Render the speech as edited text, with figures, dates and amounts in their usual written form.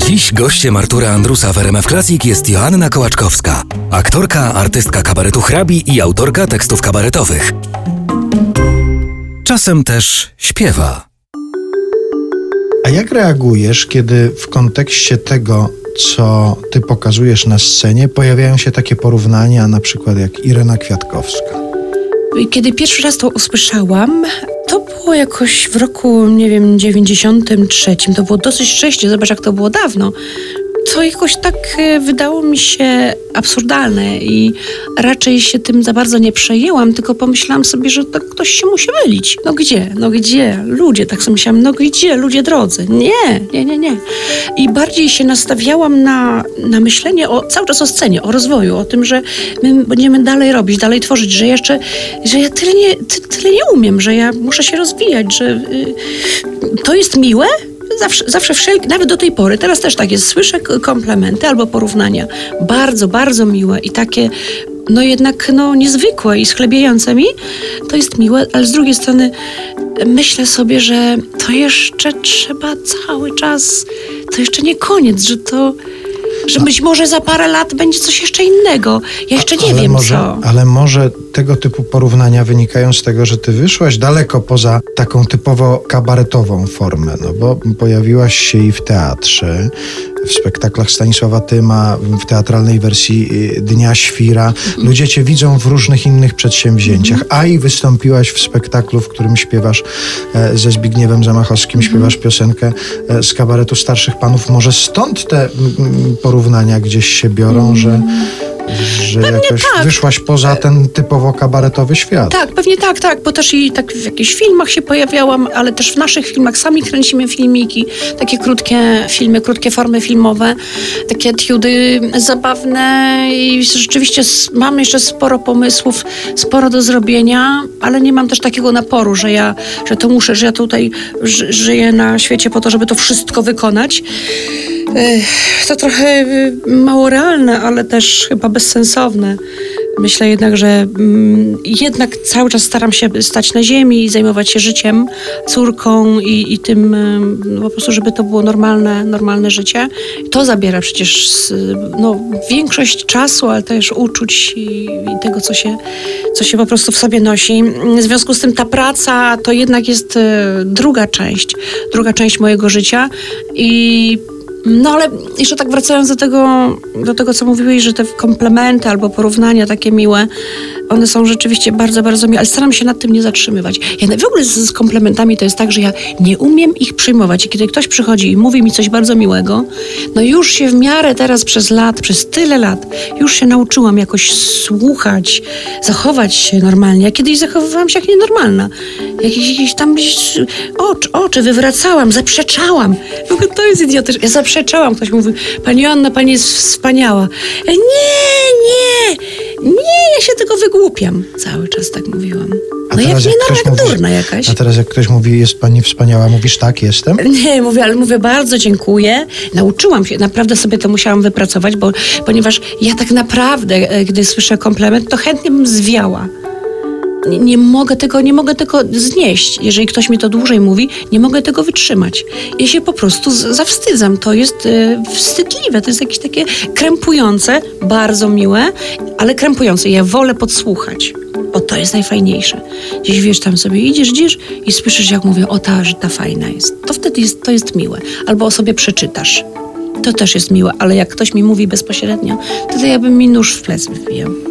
Dziś gościem Artura Andrusa w RMF Classic jest Joanna Kołaczkowska, aktorka, artystka kabaretu Hrabi i autorka tekstów kabaretowych. Czasem też śpiewa. A jak reagujesz, kiedy w kontekście tego, co ty pokazujesz na scenie, pojawiają się takie porównania, na przykład jak Irena Kwiatkowska? Kiedy pierwszy raz to usłyszałam, to było jakoś w roku, 93. To było dosyć wcześnie, zobacz jak to było dawno. To jakoś tak wydało mi się absurdalne i raczej się tym za bardzo nie przejęłam, tylko pomyślałam sobie, że to ktoś się musi mylić. No gdzie? Ludzie, tak sobie myślałam, gdzie? Ludzie drodzy. Nie. I bardziej się nastawiałam na myślenie cały czas o scenie, o rozwoju, o tym, że my będziemy dalej robić, dalej tworzyć, że ja tyle nie umiem, że ja muszę się rozwijać, że to jest miłe. Zawsze nawet do tej pory, teraz też tak jest, słyszę komplementy albo porównania bardzo, bardzo miłe i takie jednak niezwykłe i schlebiające mi, to jest miłe, ale z drugiej strony myślę sobie, że to jeszcze trzeba cały czas, to jeszcze nie koniec, że być może za parę lat będzie coś jeszcze innego. Ja jeszcze nie wiem co. Ale może tego typu porównania wynikają z tego, że ty wyszłaś daleko poza taką typowo kabaretową formę, bo pojawiłaś się i w teatrze, w spektaklach Stanisława Tyma, w teatralnej wersji Dnia Świra. Ludzie cię widzą w różnych innych przedsięwzięciach, a i wystąpiłaś w spektaklu, w którym śpiewasz ze Zbigniewem Zamachowskim, śpiewasz piosenkę z kabaretu Starszych Panów. Może stąd te porównania gdzieś się biorą, że jakoś tak. Wyszłaś poza ten typowo kabaretowy świat. Tak, pewnie tak, bo też i tak w jakichś filmach się pojawiałam, ale też w naszych filmach sami kręcimy filmiki, takie krótkie filmy, krótkie formy filmowe, takie etiudy zabawne i rzeczywiście mam jeszcze sporo pomysłów, sporo do zrobienia, ale nie mam też takiego naporu, że to muszę, że ja tutaj żyję na świecie po to, żeby to wszystko wykonać. To trochę mało realne, ale też chyba bezsensowne. Myślę jednak, że jednak cały czas staram się stać na ziemi i zajmować się życiem, córką i tym po prostu, żeby to było normalne życie. To zabiera przecież większość czasu, ale też uczuć i tego, co się po prostu w sobie nosi. W związku z tym ta praca to jednak jest druga część mojego życia ale jeszcze tak wracając do tego, co mówiłeś, że te komplementy albo porównania takie miłe, one są rzeczywiście bardzo, bardzo miłe, ale staram się nad tym nie zatrzymywać. Ja w ogóle z komplementami to jest tak, że ja nie umiem ich przyjmować i kiedy ktoś przychodzi i mówi mi coś bardzo miłego, już się w miarę teraz przez tyle lat, już się nauczyłam jakoś słuchać, zachować się normalnie. Ja kiedyś zachowywałam się jak nienormalna. Jakieś tam oczy wywracałam, zaprzeczałam. W ogóle to jest idiotyczne. Ja zaprzeczałam. Ktoś mówi, pani Joanna, pani jest wspaniała. Nie, ja się tego wygłupiam. Cały czas tak mówiłam. Jak durna jakaś. A teraz jak ktoś mówi, jest pani wspaniała, mówisz tak, jestem? Nie, mówię bardzo dziękuję. Nauczyłam się, naprawdę sobie to musiałam wypracować, ponieważ ja tak naprawdę, gdy słyszę komplement, to chętnie bym zwiała. Nie mogę tego znieść. Jeżeli ktoś mi to dłużej mówi, nie mogę tego wytrzymać. Ja się po prostu zawstydzam. To jest wstydliwe. To jest jakieś takie krępujące, bardzo miłe, ale krępujące. Ja wolę podsłuchać. To jest najfajniejsze. Gdzieś tam sobie idziesz i słyszysz, jak mówię, że ta fajna jest. To wtedy to jest miłe. Albo o sobie przeczytasz. To też jest miłe, ale jak ktoś mi mówi bezpośrednio, to ja bym mi nóż w plecy wbijał.